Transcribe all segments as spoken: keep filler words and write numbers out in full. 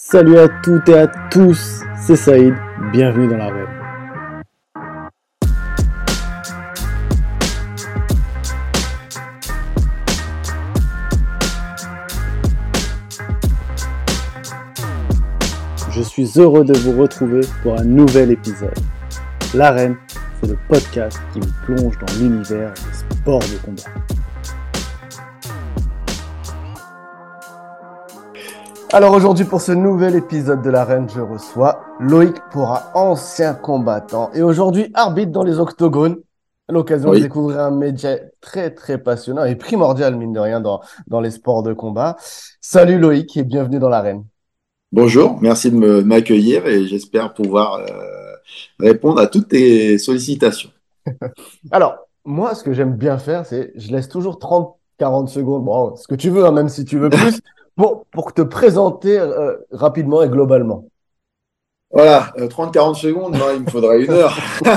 Salut à toutes et à tous, c'est Saïd, bienvenue dans l'arène. Je suis heureux de vous retrouver pour un nouvel épisode. L'arène, c'est le podcast qui me plonge dans l'univers des sports de combat. Alors aujourd'hui pour ce nouvel épisode de l'arène, je reçois Loïc Pora, ancien combattant et aujourd'hui arbitre dans les octogones. À l'occasion Oui. de découvrir un métier très très passionnant et primordial mine de rien dans, dans les sports de combat. Salut Loïc et bienvenue dans l'arène. Bonjour, merci de me- m'accueillir et j'espère pouvoir euh, répondre à toutes tes sollicitations. Alors moi ce que j'aime bien faire c'est je laisse toujours trente quarante secondes, bon ce que tu veux hein, même si tu veux plus, pour, pour te présenter euh, rapidement et globalement. Voilà, euh, trente quarante secondes, non, il me faudrait une heure.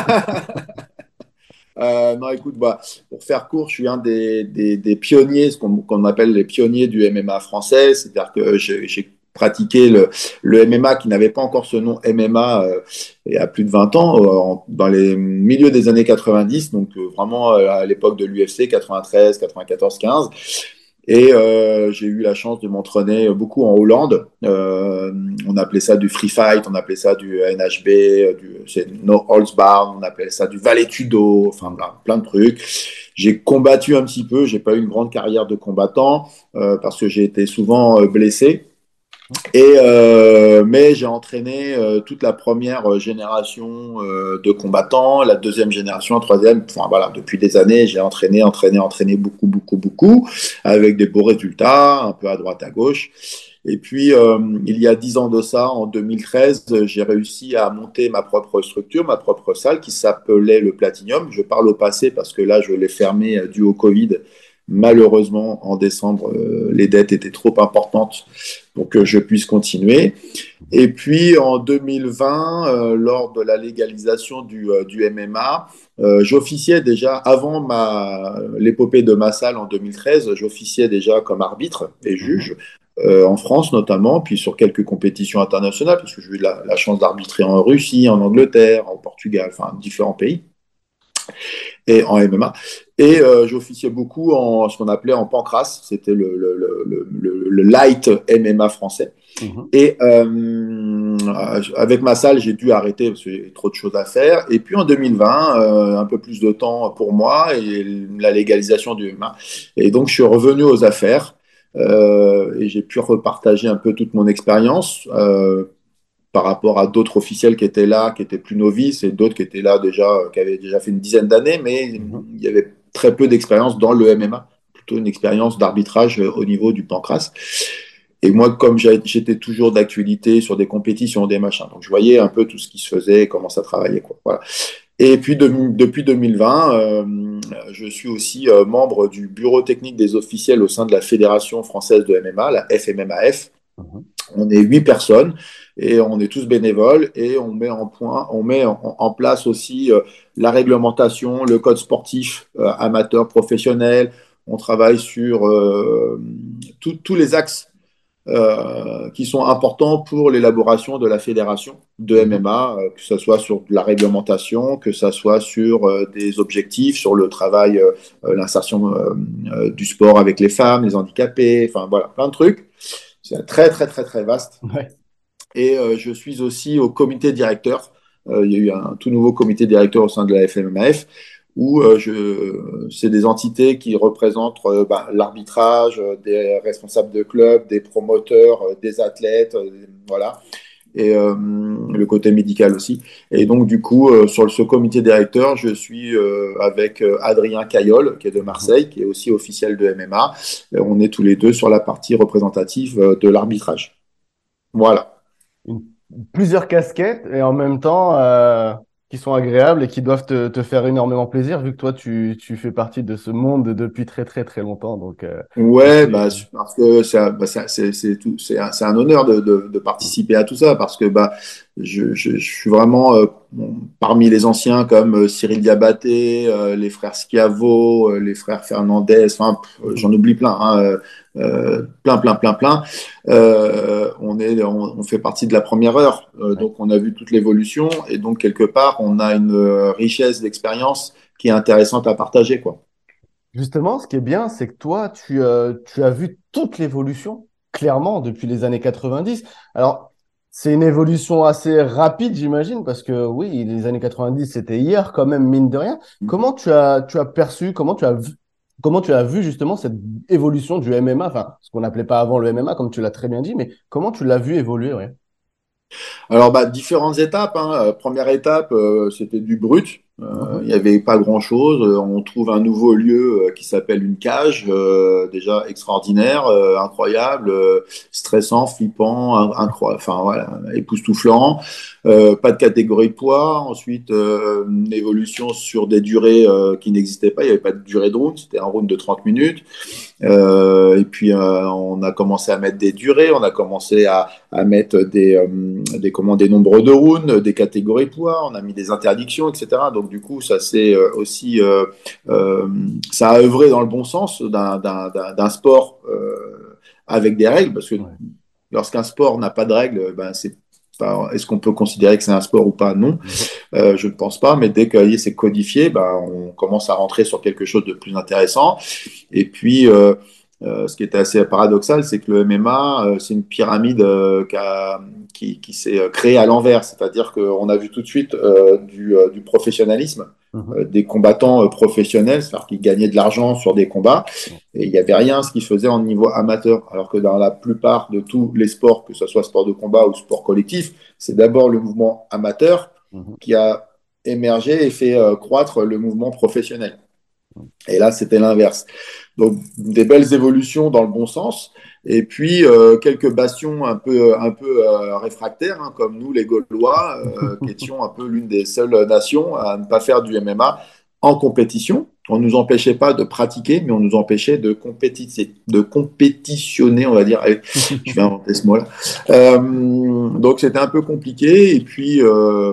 Euh, non, écoute, bah, pour faire court, je suis un des, des, des pionniers, ce qu'on qu'on appelle les pionniers du M M A français, c'est-à-dire que j'ai j'ai pratiqué le, le M M A qui n'avait pas encore ce nom M M A euh, il y a plus de vingt ans, euh, en- dans les milieux des années quatre-vingt-dix, donc euh, vraiment euh, à l'époque de l'U F C, quatre-vingt-treize, quatre-vingt-quatorze, quinze. Et euh, j'ai eu la chance de m'entraîner beaucoup en Hollande. Euh, on appelait ça du free fight, on appelait ça du N H B, euh, du c'est no holds barred, on appelait ça du valetudo, enfin plein, plein de trucs. J'ai combattu un petit peu, j'ai pas eu une grande carrière de combattant euh, parce que j'ai été souvent euh, blessé. Et euh, mais j'ai entraîné euh, toute la première génération euh, de combattants, la deuxième génération, la troisième. Enfin voilà, depuis des années, j'ai entraîné, entraîné, entraîné beaucoup, beaucoup, beaucoup, avec des beaux résultats, un peu à droite, à gauche. Et puis euh, il y a dix ans de ça, en deux mille treize, j'ai réussi à monter ma propre structure, ma propre salle qui s'appelait le Platinium. Je parle au passé parce que là, je l'ai fermé euh, dû au Covid. Malheureusement, en décembre, euh, les dettes étaient trop importantes pour que je puisse continuer. Et puis en deux mille vingt, euh, lors de la légalisation du, euh, du M M A, euh, j'officiais déjà, avant ma, l'épopée de ma salle en deux mille treize, j'officiais déjà comme arbitre et Mhm. juge. Euh, en France notamment, puis sur quelques compétitions internationales, parce que j'ai eu la, la chance d'arbitrer en Russie, en Angleterre, en Portugal, enfin différents pays et en M M A. Et euh, j'officiais beaucoup en ce qu'on appelait en pancrace, c'était le, le, le, le, le light M M A français. Mhm. Et euh, avec ma salle, j'ai dû arrêter parce qu'il y avait trop de choses à faire. Et puis en deux mille vingt, euh, un peu plus de temps pour moi et la légalisation du M M A. Et donc je suis revenu aux affaires euh, et j'ai pu repartager un peu toute mon expérience. Euh, par rapport à d'autres officiels qui étaient là, qui étaient plus novices, et d'autres qui étaient là déjà, euh, qui avaient déjà fait une dizaine d'années, mais Mhm. il y avait très peu d'expérience dans le M M A, plutôt une expérience d'arbitrage euh, au niveau du pancrace. Et moi, comme j'étais toujours d'actualité sur des compétitions, des machins, donc je voyais un peu tout ce qui se faisait, comment ça travaillait, quoi. Voilà. Et puis de, depuis deux mille vingt, euh, je suis aussi euh, membre du bureau technique des officiels au sein de la Fédération française de M M A, la F M M A F. Mhm. On est huit personnes et on est tous bénévoles et on met en point, on met en, en place aussi euh, la réglementation, le code sportif euh, amateur, professionnel. On travaille sur euh, tous les axes euh, qui sont importants pour l'élaboration de la fédération de Mhm. M M A, euh, que ce soit sur de la réglementation, que ce soit sur euh, des objectifs, sur le travail, euh, l'insertion euh, euh, du sport avec les femmes, les handicapés, enfin voilà, plein de trucs. C'est très, très, très, très vaste. Ouais. Et euh, je suis aussi au comité directeur. Euh, il y a eu un tout nouveau comité directeur au sein de la F M M F où euh, je, c'est des entités qui représentent euh, bah, l'arbitrage, euh, des responsables de clubs, des promoteurs, euh, des athlètes, euh, voilà, et euh, le côté médical aussi. Et donc, du coup, euh, sur ce comité directeur, je suis euh, avec euh, Adrien Caillol, qui est de Mhm. Marseille, qui est aussi officiel de M M A. Euh, on est tous les deux sur la partie représentative euh, de l'arbitrage. Voilà. Une- plusieurs casquettes et en même temps euh, qui sont agréables et qui doivent te, te faire énormément plaisir vu que toi tu, tu fais partie de ce monde depuis très très très longtemps. Donc euh, ça Ouais, bah, fait... parce que ça, bah, ça- c'est c'est tout, c'est un, c'est un honneur de, de, de participer à tout ça parce que bah, je, je, je suis vraiment euh, bon, parmi les anciens comme euh, Cyril Diabaté, euh, les frères Schiavo, euh, les frères Fernandez, enfin, pff, j'en oublie plein, hein, euh, euh, plein, plein, plein, plein. Euh, on est, on, on fait partie de la première heure, euh, Ouais. donc on a vu toute l'évolution et donc quelque part on a une euh, richesse d'expérience qui est intéressante à partager, quoi. Justement, ce qui est bien, c'est que toi, tu, euh, tu as vu toute l'évolution, clairement, depuis les années quatre-vingt-dix. Alors, c'est une évolution assez rapide, j'imagine, parce que oui, les années quatre-vingt-dix, c'était hier, quand même, mine de rien. Comment tu as, tu as perçu, comment tu as vu, comment tu as vu justement cette évolution du M M A, enfin, ce qu'on n'appelait pas avant le M M A, comme tu l'as très bien dit, mais comment tu l'as vu évoluer, ouais. Alors, bah, différentes étapes, hein. Euh, Première étape, euh, c'était du brut. Euh, Mhm. Il n'y avait pas grand-chose. Euh, On trouve un nouveau lieu euh, qui s'appelle une cage, euh, déjà extraordinaire, euh, incroyable, euh, stressant, flippant, in- incroyable, enfin voilà, époustouflant. Euh, pas de catégorie de poids. Ensuite, euh, une évolution sur des durées euh, qui n'existaient pas. Il n'y avait pas de durée de round, c'était un round de trente minutes. Euh, et puis, euh, on a commencé à mettre des durées, on a commencé à, à mettre des, euh, des, comment, des nombres de rounds, des catégories de poids, on a mis des interdictions, et cetera. Donc, du coup, ça c'est euh, aussi, euh, euh, ça a œuvré dans le bon sens d'un, d'un, d'un, d'un sport euh, avec des règles, parce que Ouais. lorsqu'un sport n'a pas de règles, ben, c'est pas, est-ce qu'on peut considérer que c'est un sport ou pas? Non, Mhm. euh, je ne pense pas, mais dès que c'est codifié, ben, on commence à rentrer sur quelque chose de plus intéressant. Et puis, euh, euh, ce qui était assez paradoxal, c'est que le M M A, euh, c'est une pyramide euh, qui, a- qui, qui s'est euh, créée à l'envers. C'est-à-dire qu'on a vu tout de suite euh, du, euh, du professionnalisme, Mhm. euh, des combattants euh, professionnels, c'est-à-dire qui gagnaient de l'argent sur des combats, et il n'y avait rien ce qu'ils faisaient en niveau amateur. Alors que dans la plupart de tous les sports, que ce soit sport de combat ou sport collectif, c'est d'abord le mouvement amateur Mhm. qui a émergé et fait euh, croître le mouvement professionnel. Et là, c'était l'inverse. Donc, des belles évolutions dans le bon sens. Et puis, euh, quelques bastions un peu, un peu euh, réfractaires, hein, comme nous, les Gaulois, euh, qui étions un peu l'une des seules nations à ne pas faire du M M A en compétition. On ne nous empêchait pas de pratiquer, mais on nous empêchait de, compéti- de compétitionner, on va dire. Allez, je vais inventer ce mot-là. Euh, donc, c'était un peu compliqué. Et puis, euh,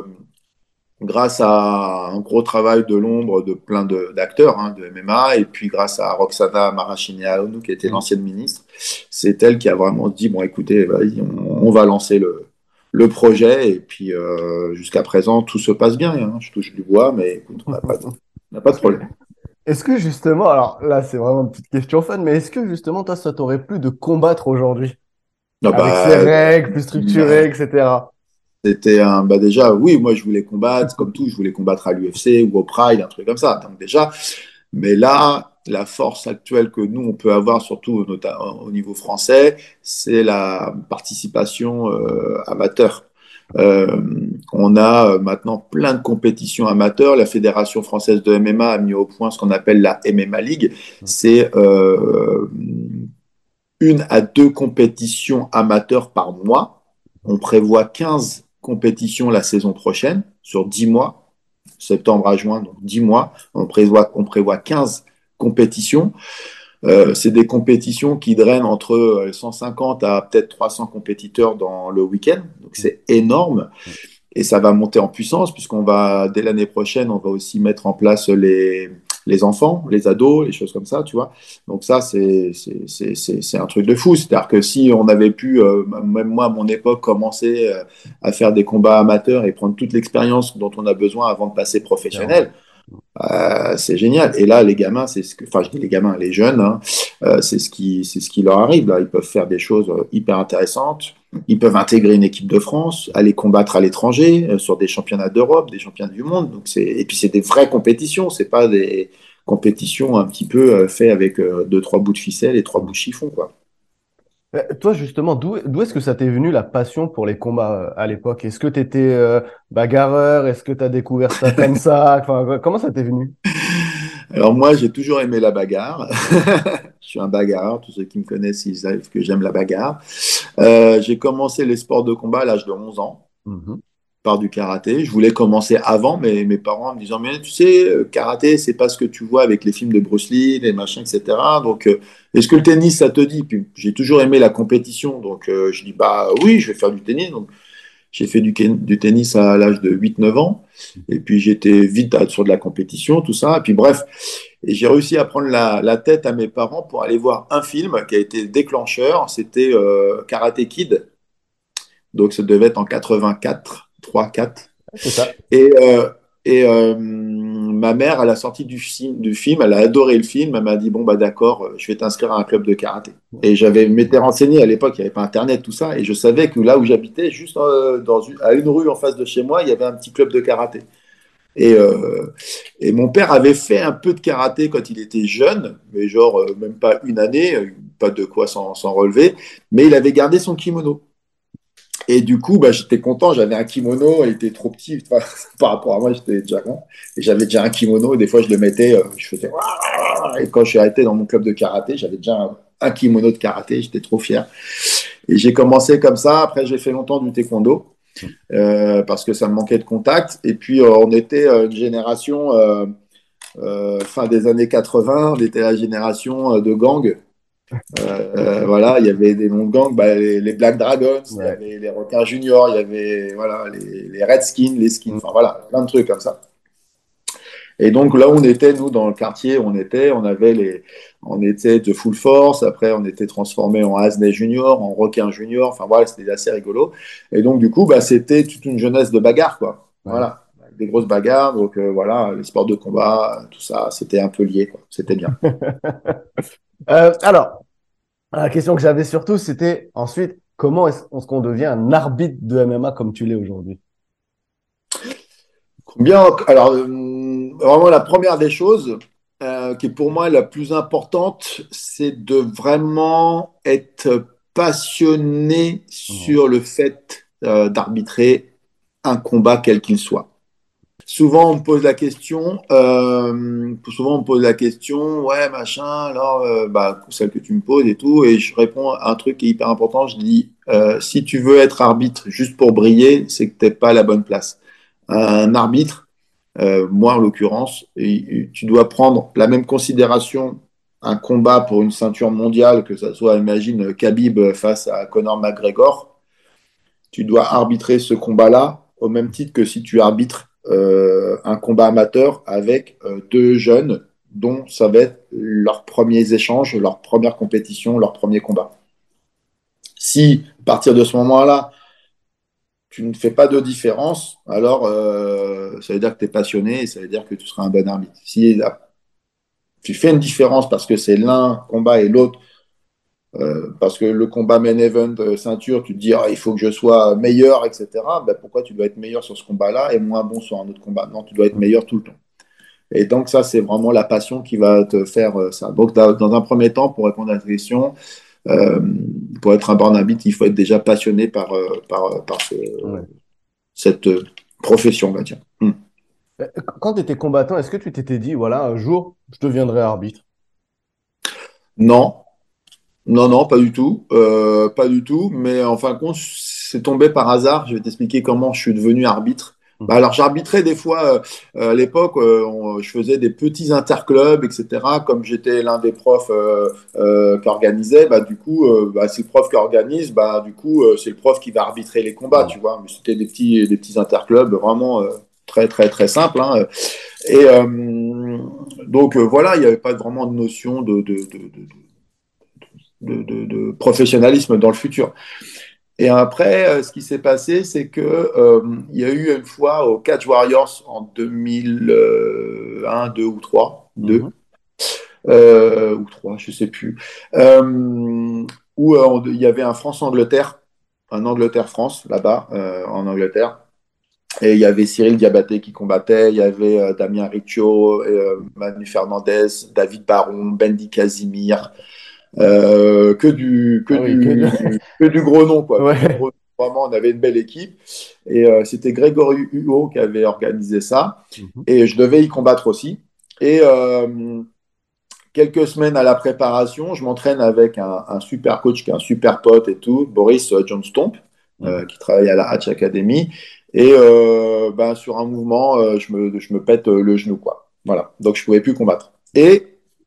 grâce à un gros travail de l'ombre de plein de- d'acteurs hein, de M M A, et puis grâce à Roxana Maracineanu, qui était Mhm. l'ancienne ministre, c'est elle qui a vraiment dit, bon écoutez, vas-y, on, on va lancer le, le projet, et puis euh, jusqu'à présent, tout se passe bien, hein. Je touche du bois, mais écoute, on n'a pas de, on n'a pas de Est-ce que, problème. est-ce que justement, alors là, c'est vraiment une petite question fun, mais est-ce que justement, toi, ça t'aurait plu de combattre aujourd'hui Ah avec ses bah, règles plus structurées, et cetera. c'était un, bah déjà, oui, moi je voulais combattre, comme tout, je voulais combattre à l'U F C ou au Pride, un truc comme ça. Donc déjà, mais là, la force actuelle que nous, on peut avoir, surtout au niveau français, c'est la participation euh, amateur. Euh, on a euh, maintenant plein de compétitions amateurs. La Fédération française de M M A a mis au point ce qu'on appelle la M M A League. C'est euh, une à deux compétitions amateurs par mois. On prévoit quinze compétitions la saison prochaine sur dix mois, septembre à juin, donc dix mois. On prévoit, on prévoit quinze compétitions. Euh, c'est des compétitions qui drainent entre cent cinquante à peut-être trois cents compétiteurs dans le week-end. Donc c'est énorme. Et ça va monter en puissance puisqu'on va, dès l'année prochaine, on va aussi mettre en place les, les enfants, les ados, les choses comme ça, tu vois. Donc ça, c'est, c'est, c'est, c'est, c'est un truc de fou. C'est-à-dire que si on avait pu, euh, même moi à mon époque, commencer euh, à faire des combats amateurs et prendre toute l'expérience dont on a besoin avant de passer Clairement. professionnel, euh, c'est génial. Et là, les gamins, c'est ce que, enfin, je dis les gamins, les jeunes, hein, euh, c'est ce qui, c'est ce qui leur arrive. Là, ils peuvent faire des choses euh, hyper intéressantes. Ils peuvent intégrer une équipe de France, aller combattre à l'étranger euh, sur des championnats d'Europe, des championnats du monde. Donc c'est, et puis c'est des vraies compétitions. C'est pas des compétitions un petit peu euh, fait avec euh, deux trois bouts de ficelle et trois bouts de chiffon, quoi. Euh, Toi, justement, d'où, d'où est-ce que ça t'est venu la passion pour les combats euh, à l'époque? Est-ce que tu étais bagarreur? Est-ce que tu as découvert ça comme ça? Enfin, comment ça t'est venu? Alors moi, j'ai toujours aimé la bagarre. Je suis un bagarreur. Tous ceux qui me connaissent, ils savent que j'aime la bagarre. Euh, j'ai commencé les sports de combat à l'âge de onze ans Mhm. par du karaté. Je voulais commencer avant, mais mes parents en me disant, mais tu sais, euh, karaté, c'est pas ce que tu vois avec les films de Bruce Lee, les machins, et cetera. Donc, euh, est-ce que le tennis, ça te dit? Puis j'ai toujours aimé la compétition. Donc, euh, je dis, bah oui, je vais faire du tennis. Donc, J'ai fait du, du tennis à l'âge de huit neuf ans. Et puis j'étais vite sur de la compétition, tout ça. Et puis bref, et j'ai réussi à prendre la, la, tête à mes parents pour aller voir un film qui a été déclencheur. C'était euh, Karate Kid. Donc ça devait être en quatre-vingt-quatre, trois quatre. C'est ça. Et, euh, et euh, ma mère, à la sortie du, du film, elle a adoré le film. Elle m'a dit, bon, bah d'accord, je vais t'inscrire à un club de karaté. Et j'avais m'étais renseigné à l'époque, il n'y avait pas Internet, tout ça. Et je savais que là où j'habitais, juste euh, dans une, à une rue en face de chez moi, il y avait un petit club de karaté. Et, euh, et mon père avait fait un peu de karaté quand il était jeune, mais genre euh, même pas une année, pas de quoi s'en relever. Mais il avait gardé son kimono. Et du coup, bah, j'étais content, j'avais un kimono, il était trop petit par, par rapport à moi, j'étais déjà grand. Et j'avais déjà un kimono, et des fois je le mettais, euh, je faisais. Et quand je suis arrêté dans mon club de karaté, j'avais déjà un, un kimono de karaté, j'étais trop fier. Et j'ai commencé comme ça, après j'ai fait longtemps du taekwondo, euh, parce que ça me manquait de contact. Et puis euh, on était une génération, euh, euh, fin des années quatre-vingts, on était la génération de gang. Euh, voilà, il y avait des noms de gangs, bah, les, les Black Dragons, il y Ouais. avait les Requins Juniors, il y avait voilà, les, les Redskins, les Skins, Mm. enfin voilà, plein de trucs comme ça. Et donc là où on était, nous, dans le quartier où on était, on avait les, on était de Full Force, après on était transformé en Asney Junior, en Requin Junior, enfin voilà, c'était assez rigolo. Et donc du coup, bah, c'était toute une jeunesse de bagarre, quoi. Ouais. Voilà, des grosses bagarres, donc euh, voilà, les sports de combat, tout ça, c'était un peu lié, quoi. C'était bien. Euh, alors, la question que j'avais surtout, c'était ensuite, comment est-ce qu'on devient un arbitre de M M A comme tu l'es aujourd'hui? Bien, alors euh, vraiment la première des choses euh, qui est pour moi la plus importante, c'est de vraiment être passionné Mhm. sur le fait euh, d'arbitrer un combat quel qu'il soit. Souvent on me pose la question, euh, souvent on me pose la question, ouais machin, alors euh, bah, celle que tu me poses et tout, et je réponds à un truc qui est hyper important. Je dis euh, si tu veux être arbitre juste pour briller, c'est que t'es pas à la bonne place. Un arbitre euh, moi, en l'occurrence, tu dois prendre la même considération un combat pour une ceinture mondiale, que ça soit, imagine, Khabib face à Conor McGregor. Tu dois arbitrer ce combat-là au même titre que si tu arbitres euh, un combat amateur avec euh, deux jeunes dont ça va être leurs premiers échanges, leur première compétition, leur premier combat. Si, à partir de ce moment-là, tu ne fais pas de différence, alors euh, ça veut dire que tu es passionné et ça veut dire que tu seras un bon arbitre. Si tu fais une différence parce que c'est l'un combat et l'autre, euh, parce que le combat main event euh, ceinture, tu te dis ah, il faut que je sois meilleur, et cetera. Ben, pourquoi tu dois être meilleur sur ce combat-là et moins bon sur un autre combat? Non, tu dois être meilleur tout le temps. Et donc ça, c'est vraiment la passion qui va te faire euh, ça. Donc dans un premier temps, pour répondre à ta question, euh, pour être un bon arbitre, il faut être déjà passionné par, euh, par, par ce, Ouais. cette euh, profession, on va dire. Hmm. Euh, Quand tu étais combattant, est-ce que tu t'étais dit, voilà, un jour, je deviendrai arbitre? Non, non, non, pas du tout. Euh, pas du tout. Mais en fin de compte, c'est tombé par hasard. Je vais t'expliquer comment je suis devenu arbitre. Bah, Mhm. alors, j'arbitrais des fois, euh, à l'époque, euh, on- je faisais des petits interclubs, et cetera. Comme j'étais l'un des profs euh, euh, qui organisait, bah, du coup, euh, bah, c'est le prof qui organise, bah, du coup, euh, c'est le prof qui va arbitrer les combats, Ouais. tu vois. Mais c'était des petits, des petits interclubs vraiment euh, très, très, très simples, hein. Et euh, donc, euh, voilà, il n'y avait pas vraiment de notion de, de, de, de de, de, de, professionnalisme dans le futur. Et après, euh, ce qui s'est passé, c'est que euh, il y a eu une fois au Catch Warriors en deux mille un, deux ou trois, deux Mhm. euh, ou trois, je sais plus, euh, où euh, il y avait un France-Angleterre, un Angleterre-France là-bas euh, en Angleterre. Et il y avait Cyril Diabaté qui combattait, il y avait euh, Damien Riccio, euh, Manu Fernandez, David Baron, Bendy Casimir, euh, que du que Ah oui, que de- du que du gros nom quoi, que du Ouais. gros nom. Vraiment, on avait une belle équipe et euh, c'était Grégory Huot qui avait organisé ça Mhm. et je devais y combattre aussi. Et euh, quelques semaines à la préparation, je m'entraîne avec un, un, super coach qui est un super pote et tout, Boris euh, John Stomp, Mhm. euh, qui travaille à la Hatch Academy. Et euh, ben, sur un mouvement, euh, je, me, je me pète euh, le genou quoi. Voilà, donc je pouvais plus combattre. Et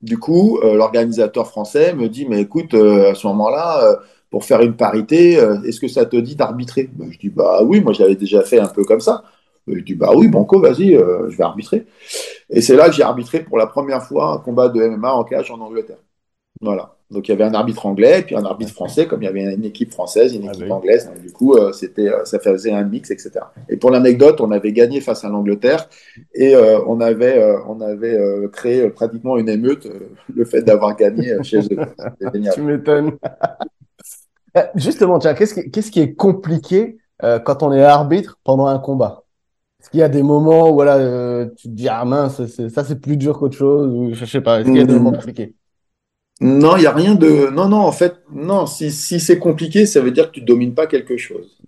du coup, euh, l'organisateur français me dit, mais écoute, euh, à ce moment-là, euh, pour faire une parité, euh, est-ce que ça te dit d'arbitrer? Ben, je dis, bah oui, moi j'avais déjà fait un peu comme ça. Je dis, bah oui, Banco, vas-y, euh, je vais arbitrer. Et c'est là que j'ai arbitré pour la première fois un combat de M M A en cage en Angleterre. Voilà. Donc il y avait un arbitre anglais, puis un arbitre français, comme il y avait une équipe française, une Ah bah équipe oui. anglaise. Donc, du coup, euh, c'était, euh, ça faisait un mix, et cetera. Et pour l'anecdote, on avait gagné face à l'Angleterre et euh, on avait, euh, on avait euh, créé euh, pratiquement une émeute, euh, le fait d'avoir gagné euh, chez eux. C'était Tu génial. m'étonnes. Euh, Justement, tiens, qu'est-ce qui, qu'est-ce qui est compliqué euh, quand on est arbitre pendant un combat? Est-ce qu'il y a des moments où voilà, euh, tu te dis, ah mince, c'est- ça c'est plus dur qu'autre chose, ou je sais pas, est-ce qu'il y a des moments Hum, compliqués? Non, il n'y a rien de. Non, non, en fait, non. Si, si c'est compliqué, ça veut dire que tu ne domines pas quelque chose.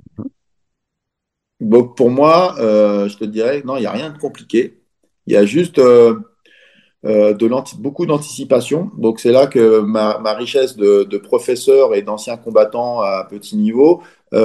Donc pour moi, euh, je te dirais, non, il n'y a rien de compliqué. Il y a juste euh, euh, de l'anti- beaucoup d'anticipation. Donc c'est là que ma, ma richesse de, de professeur et d'ancien combattant à petit niveau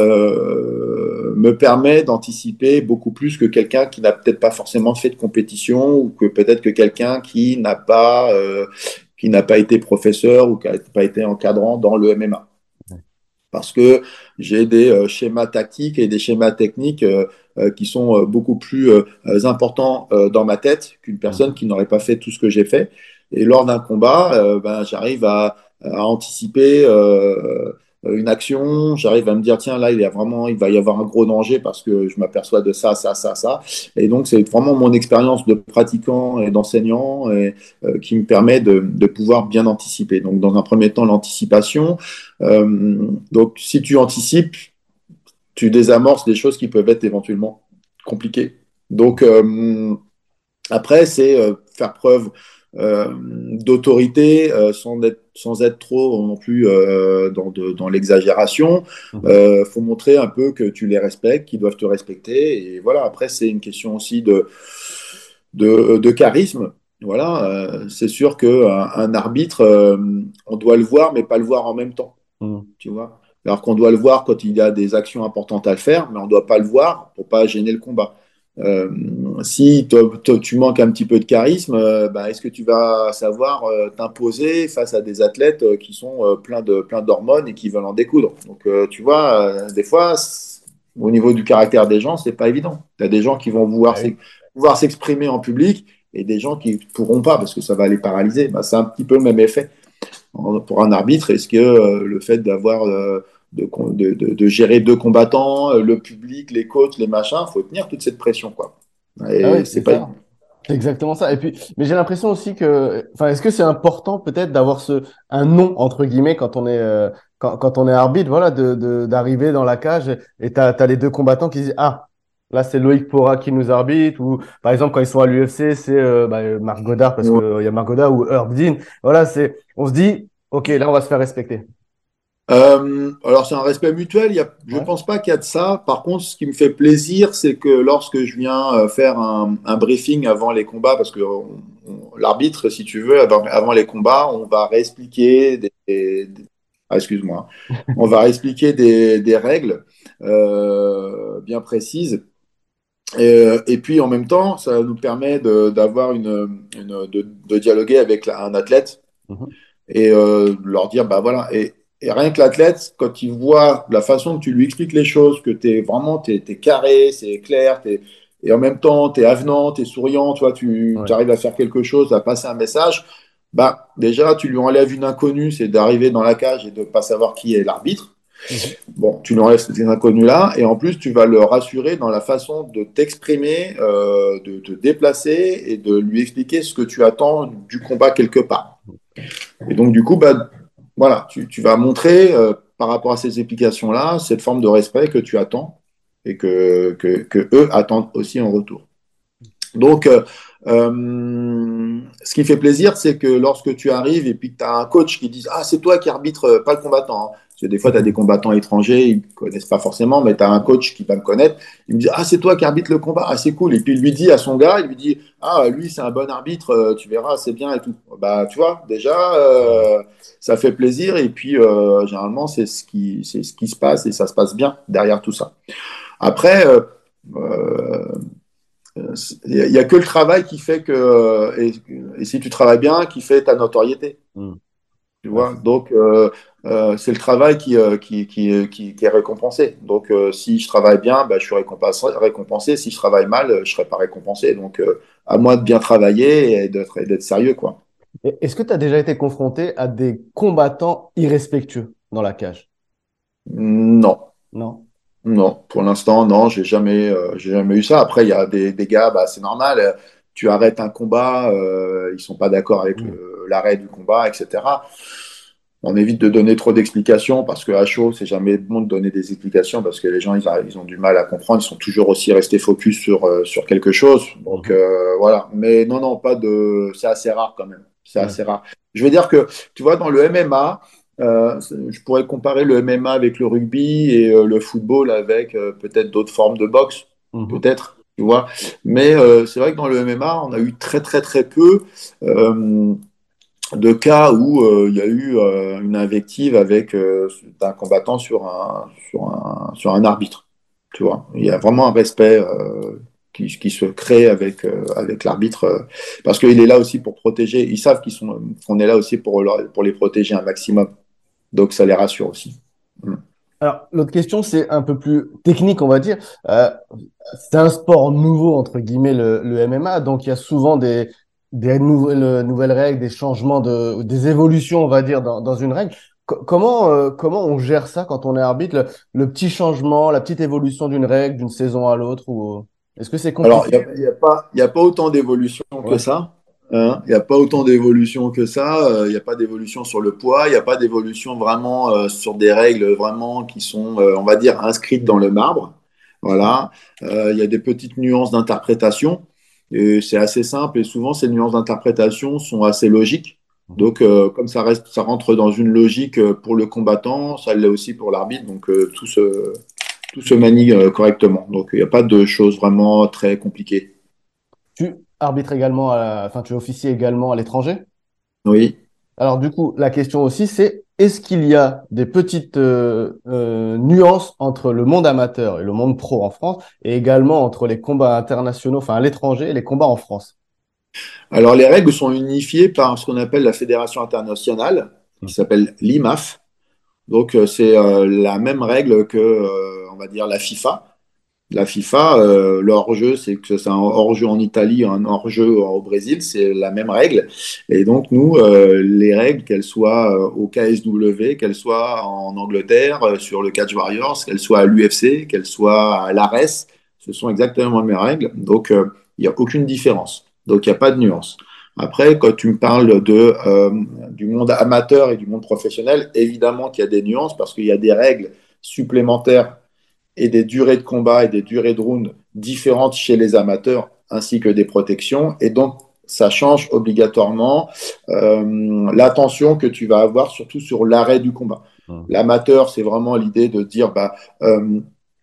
euh, me permet d'anticiper beaucoup plus que quelqu'un qui n'a peut-être pas forcément fait de compétition ou que peut-être que quelqu'un qui n'a pas euh, qui n'a pas été professeur ou qui n'a pas été encadrant dans le M M A parce que j'ai des euh, schémas tactiques et des schémas techniques euh, euh, qui sont euh, beaucoup plus euh, importants euh, dans ma tête qu'une personne Mhm. qui n'aurait pas fait tout ce que j'ai fait. Et lors d'un combat, euh, ben, j'arrive à, à anticiper euh, une action, j'arrive à me dire, tiens, là, il y a vraiment, il va y avoir un gros danger parce que je m'aperçois de ça, ça, ça, ça. Et donc, c'est vraiment mon expérience de pratiquant et d'enseignant et, euh, qui me permet de, de pouvoir bien anticiper. Donc, dans un premier temps, l'anticipation. Euh, donc, si tu anticipes, tu désamorces des choses qui peuvent être éventuellement compliquées. Donc, euh, après, c'est euh, faire preuve euh, d'autorité euh, sans être, sans être trop non plus euh, dans, de, dans l'exagération. Il Mhm. euh, faut montrer un peu que tu les respectes, qu'ils doivent te respecter. Et voilà, après, c'est une question aussi de, de, de charisme. Voilà, euh, c'est sûr qu'un un arbitre, euh, on doit le voir, mais pas le voir en même temps, Mhm. tu vois. Alors qu'on doit le voir quand il y a des actions importantes à le faire, mais on ne doit pas le voir pour pas gêner le combat. Euh, si te- te- tu manques un petit peu de charisme, euh, bah, est-ce que tu vas savoir euh, t'imposer face à des athlètes euh, qui sont euh, pleins de, plein d'hormones et qui veulent en découdre? Donc, euh, tu vois, euh, des fois, c'est- au niveau du caractère des gens, c'est pas évident. Tu as des gens qui vont vouloir Ah s'ex- oui. pouvoir s'exprimer en public et des gens qui ne pourront pas parce que ça va les paralyser. Bah, c'est un petit peu le même effet pour un arbitre. Est-ce que euh, le fait d'avoir euh, de, de, de, de, gérer deux combattants, euh, le public, les coachs, les machins, il faut tenir toute cette pression, quoi. Ah Et oui, c'est c'est pas. ça. C'est exactement ça. Et puis, mais j'ai l'impression aussi que, enfin, est-ce que c'est important peut-être d'avoir ce un nom entre guillemets quand on est euh, quand, quand on est arbitre, voilà, de, de- d'arriver dans la cage et t'as t'as les deux combattants qui disent ah là c'est Loïc Pora qui nous arbitre ou par exemple quand ils sont à l'U F C c'est euh, bah, euh, Marc Godard parce que Ouais. euh, il y a Marc Godard ou Herb Dean. Voilà, c'est on se dit ok là on va se faire respecter. Euh, alors c'est un respect mutuel. Il y a, je Ouais. pense pas qu'il y a de ça. Par contre, ce qui me fait plaisir, c'est que lorsque je viens euh, faire un, un briefing avant les combats, parce que on- on- l'arbitre, si tu veux, avant, avant les combats, on va réexpliquer des, des- ah, excuse-moi, on va réexpliquer des, des règles euh, bien précises. Et, euh, et puis en même temps, ça nous permet de- d'avoir une, une- de, de dialoguer avec la- un athlète Mhm. et euh, leur dire, bah voilà, et, et rien que l'athlète, quand il voit la façon que tu lui expliques les choses, que tu es vraiment, tu es, carré, c'est clair, t'es- et en même temps, tu es avenant, tu es souriant, toi, tu Ouais. arrives à faire quelque chose, à passer un message, bah déjà, tu lui enlèves une inconnue, c'est d'arriver dans la cage et de ne pas savoir qui est l'arbitre. Mhm. Bon, tu lui enlèves ces inconnus-là, et en plus, tu vas le rassurer dans la façon de t'exprimer, euh, de te déplacer et de lui expliquer ce que tu attends du combat quelque part. Et donc, du coup, bah, voilà, tu, tu vas montrer euh, par rapport à ces explications-là cette forme de respect que tu attends et que, que, que eux attendent aussi en retour. Donc, euh, euh, ce qui fait plaisir, c'est que lorsque tu arrives et puis que tu as un coach qui dit ah, c'est toi qui arbitre, euh, pas le combattant. Hein. Parce que des fois, tu as des combattants étrangers, ils ne connaissent pas forcément, mais tu as un coach qui va me connaître. Il me dit ah, c'est toi qui arbitre le combat. Ah, c'est cool. Et puis, il lui dit à son gars, il lui dit ah, lui, c'est un bon arbitre, euh, tu verras, c'est bien et tout. Bah, tu vois, déjà, euh, ça fait plaisir. Et puis, euh, généralement, c'est ce, qui, c'est ce qui se passe et ça se passe bien derrière tout ça. Après, euh, euh, Il n'y a, a, que le travail qui fait que, et, et, si tu travailles bien, qui fait ta notoriété. Mm. Tu Ouais, vois, donc euh, euh, c'est le travail qui, euh, qui, qui, qui, qui, est récompensé. Donc euh, si je travaille bien, bah, je suis récompensé, récompensé. Si je travaille mal, je ne serai pas récompensé. Donc euh, à moi de bien travailler et d'être, et d'être sérieux, quoi. est-ce que tu as déjà été confronté à des combattants irrespectueux dans la cage? Non. Non. Non, pour l'instant, non, j'ai jamais, euh, j'ai jamais eu ça. Après, il y a des, des gars, bah, c'est normal. euh, Tu arrêtes un combat, euh, ils sont pas d'accord avec Mm. le- l'arrêt du combat, et cetera. On évite de donner trop d'explications parce que à chaud, c'est jamais bon de donner des explications parce que les gens, ils, arrivent- ils ont du mal à comprendre. Ils sont toujours aussi restés focus sur, euh, sur quelque chose. Donc, Mhm. euh, voilà. Mais non, non, pas de. C'est assez rare quand même. C'est Ouais. assez rare. Je veux dire que, tu vois, dans le M M A, euh, je pourrais comparer le M M A avec le rugby et euh, le football avec euh, peut-être d'autres formes de boxe, Mhm. peut-être, tu vois. Mais euh, c'est vrai que dans le M M A, on a eu très très très peu euh, de cas où euh, il y a eu euh, une invective avec euh, d'un combattant sur un, sur un sur un arbitre, tu vois. Il y a vraiment un respect euh, qui, qui se crée avec euh, avec l'arbitre euh, parce qu'il est là aussi pour protéger. Ils savent qu'ils sont qu'on est là aussi pour leur- pour les protéger un maximum. Donc ça les rassure aussi. Mm. Alors, l'autre question, c'est un peu plus technique, on va dire. Euh, c'est un sport nouveau, entre guillemets, le, le M M A, donc il y a souvent des, des nouvelles, nouvelles règles, des changements, de, des évolutions, on va dire, dans, dans une règle. Co- comment, euh, comment on gère ça quand on est arbitre, le, le petit changement, la petite évolution d'une règle d'une saison à l'autre, ou est-ce que c'est Alors, compliqué? il n'y a, y a pas, y a pas autant d'évolution que Ouais. ça. Hein. Il n'y a pas autant d'évolution que ça. Il n'y a pas d'évolution sur le poids. Il n'y a pas d'évolution vraiment euh, sur des règles vraiment qui sont, euh, on va dire, inscrites dans le marbre. Voilà. Euh, Il y a des petites nuances d'interprétation. Et c'est assez simple. Et souvent, ces nuances d'interprétation sont assez logiques. Mhm. Donc, euh, comme ça reste, ça rentre dans une logique euh, pour le combattant, ça l'est aussi pour l'arbitre. Donc, euh, tout se, tout se manie euh, correctement. Donc, il n'y a pas de choses vraiment très compliquées. Tu arbitres également, à- enfin, tu officies également à l'étranger? Oui. Alors du coup, la question aussi, c'est est-ce qu'il y a des petites euh, euh, nuances entre le monde amateur et le monde pro en France, et également entre les combats internationaux, enfin à l'étranger, et les combats en France? Alors, les règles sont unifiées par ce qu'on appelle la Fédération internationale, qui s'appelle l'I M A F. Donc, euh, c'est euh, la même règle que, euh, on va dire, la FIFA. La FIFA, euh, le hors-jeu, c'est que c'est un hors-jeu en Italie, un hors-jeu au Brésil, c'est la même règle. Et donc, nous, euh, les règles, qu'elles soient euh, au K S W, qu'elles soient en Angleterre, euh, sur le Catch Warriors, qu'elles soient à l'U F C, qu'elles soient à l'Ares, ce sont exactement les mêmes règles. Donc, euh, il n'y a aucune différence. Donc, il n'y a pas de nuance. Après, quand tu me parles de, euh, du monde amateur et du monde professionnel, évidemment qu'il y a des nuances parce qu'il y a des règles supplémentaires et des durées de combat et des durées de round différentes chez les amateurs, ainsi que des protections. Et donc, ça change obligatoirement euh, l'attention que tu vas avoir, surtout sur l'arrêt du combat. Mhm. L'amateur, c'est vraiment l'idée de dire, bah, euh,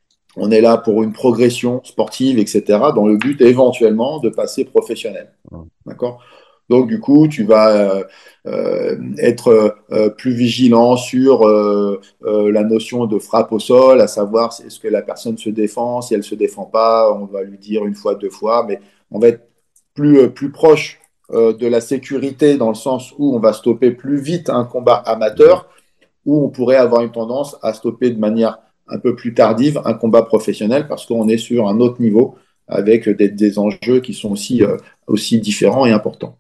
on est là pour une progression sportive, et cetera, dans le but éventuellement de passer professionnel. Mhm. D'accord. Donc, du coup, tu vas euh, euh, être euh, plus vigilant sur euh, euh, la notion de frappe au sol, à savoir si- est-ce que la personne se défend, si elle ne se défend pas, on va lui dire une fois, deux fois, mais on va être plus, euh, plus proche euh, de la sécurité dans le sens où on va stopper plus vite un combat Mhm. amateur, où on pourrait avoir une tendance à stopper de manière un peu plus tardive un combat professionnel parce qu'on est sur un autre niveau avec des, des enjeux qui sont aussi, euh, aussi différents et importants.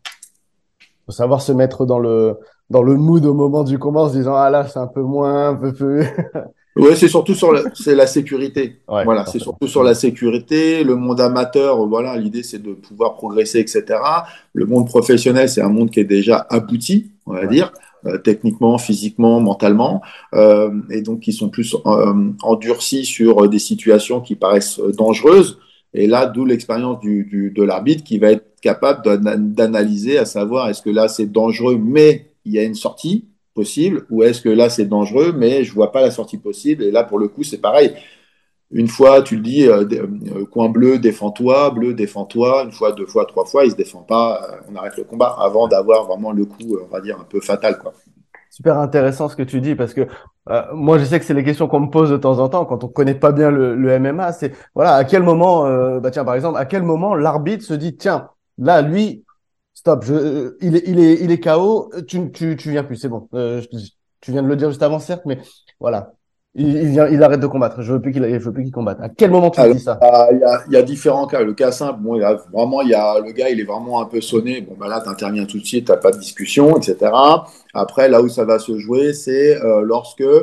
Faut savoir se mettre dans le dans le mood au moment du combat en se disant ah là c'est un peu moins, un peu plus. Oui, c'est surtout sur la, c'est la sécurité. Ouais, Voilà, c'est forcément. surtout sur Mhm. la sécurité. Le monde amateur, voilà, l'idée c'est de pouvoir progresser, et cetera. Le monde professionnel, c'est un monde qui est déjà abouti, on va Ouais. dire, euh, techniquement, physiquement, mentalement, euh, et donc qui sont plus euh, endurcis sur euh, des situations qui paraissent euh, dangereuses. Et là, d'où l'expérience du, du- de l'arbitre qui va être capable d'ana- d'analyser, à savoir est-ce que là c'est dangereux, mais il y a une sortie possible, ou est-ce que là c'est dangereux, mais je vois pas la sortie possible. Et là, pour le coup, c'est pareil. Une fois, tu le dis, euh, euh, coin bleu, défends-toi, bleu, défends-toi. Une fois, deux fois, trois fois, il se défend pas. Euh, on arrête le combat avant d'avoir vraiment le coup, euh, on va dire, un peu fatal, quoi. super intéressant ce que tu dis parce que euh, moi, je sais que c'est les questions qu'on me pose de temps en temps quand on connaît pas bien le, le M M A. C'est voilà, à quel moment, euh, bah tiens, par exemple, à quel moment l'arbitre se dit, tiens, là, lui, stop, je, euh, il est, il est, il est K O, tu, tu, tu viens plus, c'est bon. Euh, je- tu viens de le dire juste avant, certes, mais voilà, il, il vient, il arrête de combattre. Je veux plus qu'il, je veux plus qu'il combatte. À quel moment tu te Alors, dis ça? euh, il y a, il y a différents cas. Le cas simple, bon, il y a vraiment, il y a, le gars, il est vraiment un peu sonné. Bon, ben là, tu interviens tout de suite, tu n'as pas de discussion, et cetera. Après, là où ça va se jouer, c'est euh, lorsque euh,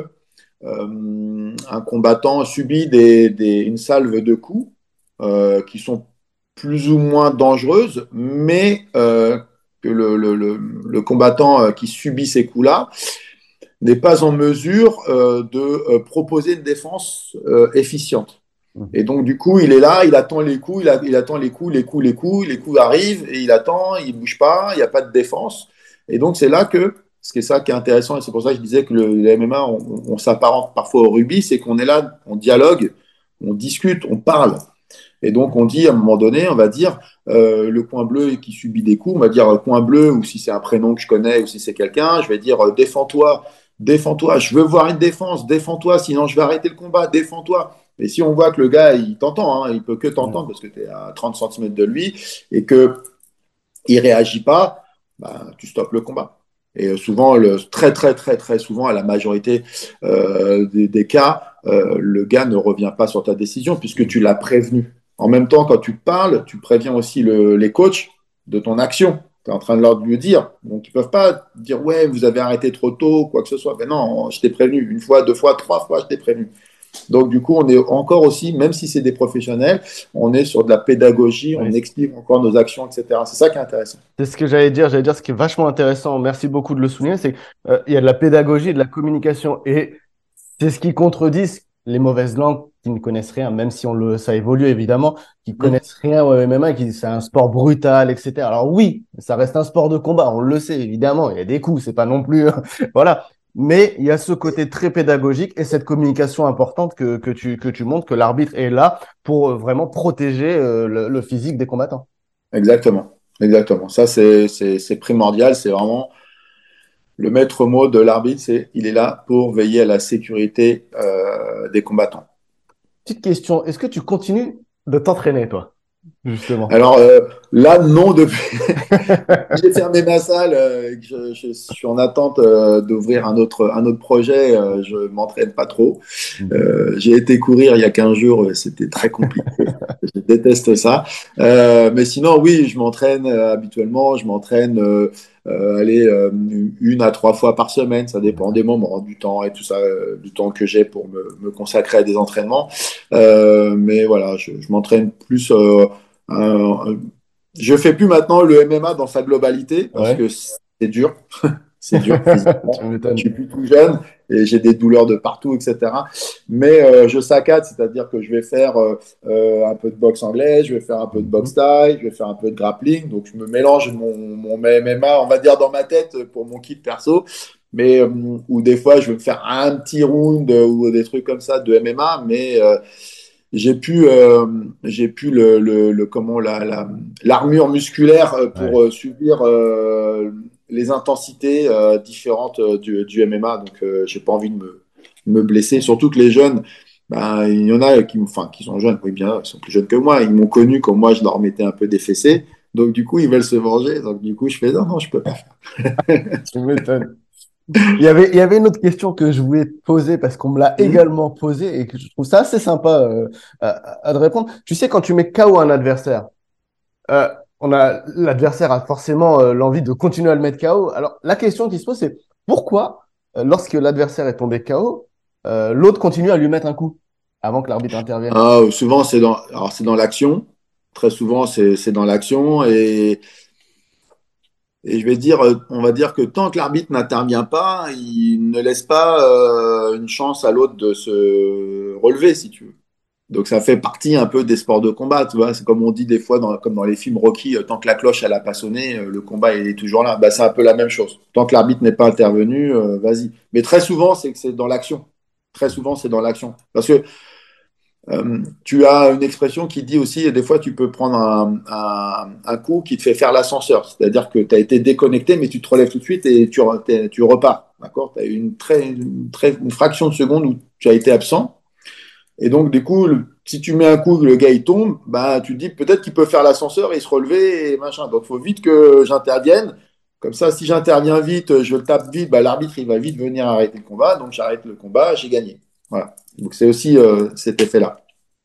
un combattant subit des, des, une salve de coups euh, qui sont plus ou moins dangereuses, mais euh, que le, le, le, le combattant euh, qui subit ces coups-là n'est pas en mesure euh, de euh, proposer une défense euh, efficiente. Mhm. Et donc, du coup, il est là, il attend les coups, il, a, il, attend les coups, les coups, les coups, les coups arrivent, et il attend, il ne bouge pas, il n'y a pas de défense. Et donc, c'est là que, ce qui est ça qui est intéressant, et c'est pour ça que je disais que le, le M M A, on, on s'apparente parfois au rugby, c'est qu'on est là, on dialogue, on discute, on parle. Et donc, on dit, à un moment donné, on va dire, euh, le coin bleu qui subit des coups, on va dire euh, coin bleu, ou si c'est un prénom que je connais, ou si c'est quelqu'un, je vais dire, euh, défends-toi, défends-toi, je veux voir une défense, défends-toi, sinon je vais arrêter le combat, défends-toi. Et si on voit que le gars, il t'entend, hein, il peut que Mhm. t'entendre parce que tu es à trente centimètres de lui, et que il réagit pas, bah, tu stoppes le combat. Et souvent, le, très très très très souvent, à la majorité euh, des, des cas, euh, le gars ne revient pas sur ta décision puisque tu l'as prévenu. En même temps, quand tu parles, tu préviens aussi le, les coachs de ton action. Tu es en train de leur lui dire. Donc, ils ne peuvent pas dire, ouais, vous avez arrêté trop tôt, quoi que ce soit. Mais non, je t'ai prévenu. Une fois, deux fois, trois fois, je t'ai prévenu. Donc, du coup, on est encore aussi, même si c'est des professionnels, on est sur de la pédagogie, on Oui, explique encore nos actions, et cetera. C'est ça qui est intéressant. c'est ce que j'allais dire. J'allais dire ce qui est vachement intéressant. Merci beaucoup de le souligner. C'est qu'il y a de la pédagogie, de la communication. Et c'est ce qui contredit les mauvaises langues qui ne connaissent rien, même si on le, ça évolue évidemment, qui Mmh. connaissent rien au M M A, qui c'est un sport brutal, et cetera. Alors oui, ça reste un sport de combat, on le sait évidemment. Il y a des coups, c'est pas non plus, voilà. Mais il y a ce côté très pédagogique et cette communication importante que, que tu, que tu montres, que l'arbitre est là pour euh, vraiment protéger euh, le, le physique des combattants. Exactement, exactement. Ça, c'est c'est- c'est primordial. C'est vraiment le maître mot de l'arbitre, c'est il est là pour veiller à la sécurité euh, des combattants. Petite question, est-ce que tu continues de t'entraîner, toi, justement? Alors euh, là, non, depuis j'ai fermé ma salle, euh, et que je, je suis en attente euh, d'ouvrir un autre, un autre projet. Euh, je m'entraîne pas trop. Euh, j'ai été courir il y a quinze jours, euh, c'était très compliqué. Je déteste ça. Euh, mais sinon, oui, je m'entraîne euh, habituellement. Je m'entraîne euh, euh, aller euh, une à trois fois par semaine. Ça dépend des moments, du temps et tout ça, euh, du temps que j'ai pour me, me consacrer à des entraînements. Euh, mais voilà, je, je m'entraîne plus. Euh, un- je fais plus maintenant le M M A dans sa globalité parce Ouais, que c'est dur. C'est dur physiquement. tu Je m'étonnes. suis plus tout jeune et j'ai des douleurs de partout, et cetera. Mais euh, je saccade, c'est-à-dire que je vais faire euh, euh, un peu de boxe anglaise, je vais faire un peu de boxe Mhm. thaï, je vais faire un peu de grappling. Donc je me mélange mon, mon M M A, on va dire dans ma tête pour mon kit perso. Mais euh, ou des fois je vais me faire un petit round euh, ou des trucs comme ça de M M A, mais euh, j'ai pu, euh, j'ai pu le, le, le- comment la, la- l'armure musculaire euh, Ouais. pour euh, subir euh, les intensités euh, différentes euh, du, du M M A. Donc, euh, j'ai pas envie de me, me blesser. Surtout que les jeunes, ben, il y en a qui, enfin, qui sont jeunes, oui bien, ils sont plus jeunes que moi. Ils m'ont connu quand moi je leur mettais un peu des fessées. Donc, du coup, ils veulent se venger. Donc, du coup, je fais non, non, je peux pas faire. Tu m'étonnes. Il y avait, il y avait une autre question que je voulais te poser parce qu'on me l'a Hmm. également posée et que je trouve ça assez sympa euh, à, à te répondre. Tu sais, quand tu mets K O un adversaire, euh, on a, l'adversaire a forcément euh, l'envie de continuer à le mettre K O. Alors, la question qui se pose, c'est pourquoi, euh, lorsque l'adversaire est tombé K O, euh, l'autre continue à lui mettre un coup avant que l'arbitre intervienne? Ah, souvent, c'est dans, alors, c'est dans l'action. Très souvent, c'est, c'est dans l'action. Et Et je vais dire, euh, on va dire que tant que l'arbitre n'intervient pas, il ne laisse pas euh, une chance à l'autre de se relever, si tu veux. Donc ça fait partie un peu des sports de combat, tu vois. C'est comme on dit des fois, dans, comme dans les films Rocky, euh, tant que la cloche elle a pas sonné, euh, le combat il est toujours là. Bah, c'est un peu la même chose. Tant que l'arbitre n'est pas intervenu, euh, vas-y. Mais très souvent, c'est que c'est dans l'action. Très souvent, c'est dans l'action. Parce que Euh, tu as une expression qui dit aussi, et des fois tu peux prendre un, un, un coup qui te fait faire l'ascenseur, c'est-à-dire que tu as été déconnecté, mais tu te relèves tout de suite et tu, tu repars. D'accord. Tu as eu une, très, une, très, une fraction de seconde où tu as été absent. Et donc, du coup, le, si tu mets un coup, le gars il tombe, bah, tu te dis peut-être qu'il peut faire l'ascenseur et se relever et machin. Donc, il faut vite que j'intervienne. Comme ça, si j'interviens vite, je le tape vite, bah, l'arbitre il va vite venir arrêter le combat. Donc, j'arrête le combat, j'ai gagné. Voilà. Donc, c'est aussi euh, cet effet-là.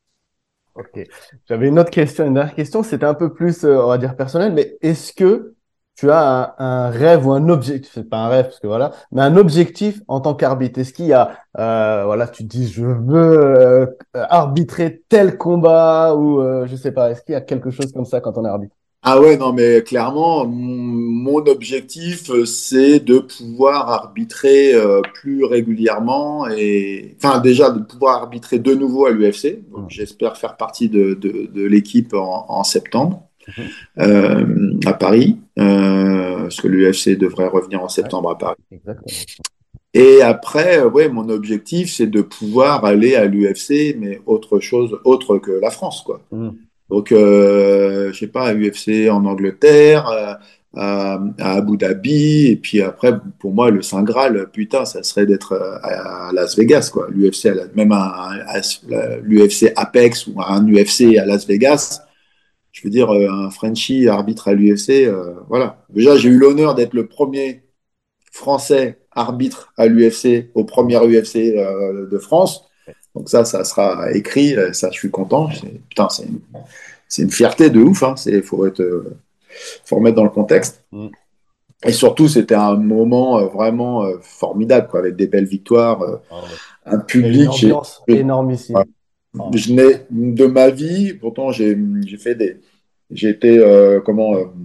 Ok. J'avais une autre question, une dernière question, c'était un peu plus, euh, on va dire, personnel, mais est-ce que tu as un, un rêve ou un objectif, c'est pas un rêve, parce que voilà, mais un objectif en tant qu'arbitre? Est-ce qu'il y a, euh, voilà, tu te dis, je veux euh, arbitrer tel combat ou euh, je sais pas, est-ce qu'il y a quelque chose comme ça quand on est arbitre? Ah ouais, non, mais clairement, mon objectif, euh, c'est de pouvoir arbitrer euh, plus régulièrement et, enfin, déjà de pouvoir arbitrer de nouveau à l'U F C. Donc, Mhm. j'espère faire partie de, de, de l'équipe en, en septembre Mhm. euh, à Paris, euh, parce que l'U F C devrait revenir en Ouais, septembre à Paris. exactement. Et après, euh, ouais, mon objectif, c'est de pouvoir aller à l'U F C, mais autre chose, autre que la France, quoi. Mhm. Donc, euh, je sais pas, à U F C en Angleterre, euh, à, à Abu Dhabi, et puis après, pour moi, le Saint Graal, putain, ça serait d'être euh, à, à Las Vegas, quoi. L'U F C, à la- même à, à- à l'U F C Apex ou à un U F C à Las Vegas. Je veux dire, euh, un Frenchie arbitre à l'U F C, euh, voilà. Déjà, j'ai eu l'honneur d'être le premier Français arbitre à l'U F C, au premier U F C euh, de France. Donc ça, ça sera écrit, ça, je suis content. C'est- Putain, c'est une c'est une fierté de ouf. Hein. C'est, faut être, euh, faut remettre dans le contexte. Mhm. Et surtout, c'était un moment euh, vraiment euh, formidable, quoi, avec des belles victoires, euh, Ah ouais. un Il y a une public. J'ai, ambiance je, énormissime. Ah. je n'ai de ma vie. Pourtant, j'ai, j'ai fait des, j'ai été euh, comment, euh,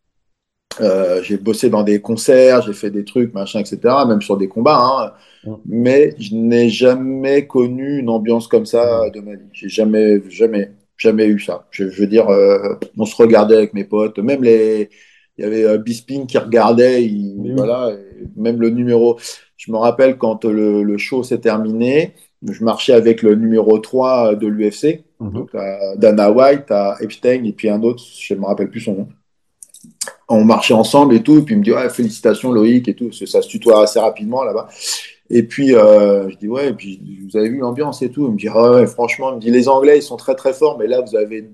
euh, j'ai bossé dans des concerts, j'ai fait des trucs, machin, et cetera. Même sur des combats. Hein. Mhm. Mais je n'ai jamais connu une ambiance comme ça Mhm. de ma vie. J'ai jamais, jamais, jamais eu ça. Je, je veux dire, euh, on se regardait avec mes potes, même les, il y avait euh, Bisping qui regardait, il- Mais oui. voilà, et même le numéro. Je me rappelle quand le, le show s'est terminé, je marchais avec le numéro trois de l'U F C, Mhm. donc à Dana White, à Epstein et puis un autre, je ne me rappelle plus son nom. On marchait ensemble et tout, et puis il me dit ouais, félicitations Loïc et tout, parce que ça se tutoie assez rapidement là-bas. Et puis, euh, je dis, ouais, et puis vous avez vu l'ambiance et tout. Il me dit, ah ouais, franchement, il me dit, les Anglais, ils sont très, très forts, mais là, vous avez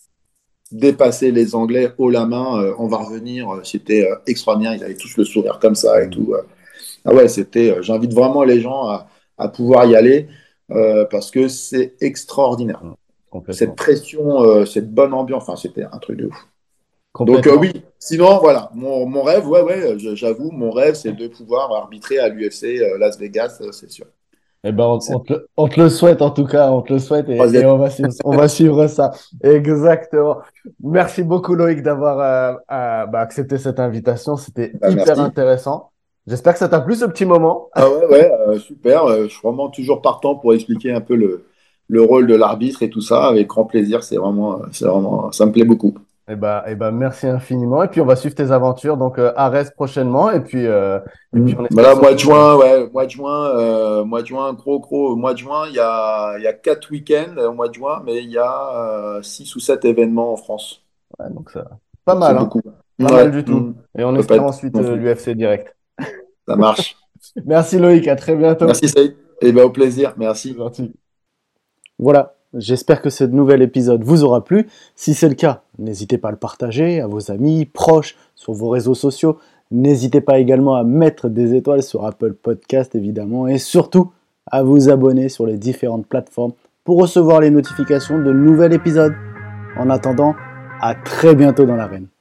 dépassé les Anglais haut la main, euh, on va revenir. C'était euh, extraordinaire, ils avaient tous le sourire comme ça et Mhm. tout. Ah ouais, c'était, euh, j'invite vraiment les gens à, à pouvoir y aller euh, parce que c'est extraordinaire. Mhm. Cette Complètement. pression, euh, cette bonne ambiance, enfin, c'était un truc de ouf. Donc, euh, Complètement. oui, sinon, voilà, mon, mon rêve, ouais, ouais, j'avoue, mon rêve, c'est de pouvoir arbitrer à l'U F C euh, Las Vegas, euh, c'est sûr. Eh ben, on, C'est on te, le on te le souhaite en tout cas, on te le souhaite et, et troisième. on va suivre, on va suivre ça. Exactement. Merci beaucoup Loïc d'avoir euh, euh, bah, accepté cette invitation. C'était Bah, hyper merci. intéressant. J'espère que ça t'a plu ce petit moment. Ah ouais, ouais, euh, super. Euh, je suis vraiment toujours partant pour expliquer un peu le, le rôle de l'arbitre et tout ça, avec grand plaisir. C'est vraiment, euh, c'est vraiment, ça me plaît beaucoup. Eh ben, eh ben, merci infiniment. Et puis on va suivre tes aventures donc euh, à Retz prochainement. Et puis, euh, et puis Mm. on espère Voilà, mois de surtout. euh, juin, ouais, mois de juin, euh, mois de juin, gros, gros, mois de juin, il y a, il y a quatre week-ends euh, au mois de juin, mais il y a euh, six ou sept événements en France. ouais, donc ça, pas Donc c'est mal, hein. beaucoup. Pas mal Ouais, du mm. tout. Et on Ça peut pas espère être ensuite non euh, plus. l'U F C direct. Ça marche. Merci Loïc, à très bientôt. Merci Saïd. Et ben au plaisir. C'est Merci. gentil. Voilà, j'espère que ce nouvel épisode vous aura plu. Si c'est le cas, n'hésitez pas à le partager à vos amis, proches, sur vos réseaux sociaux. N'hésitez pas également à mettre des étoiles sur Apple Podcast évidemment et surtout à vous abonner sur les différentes plateformes pour recevoir les notifications de nouveaux épisodes. En attendant, à très bientôt dans l'arène.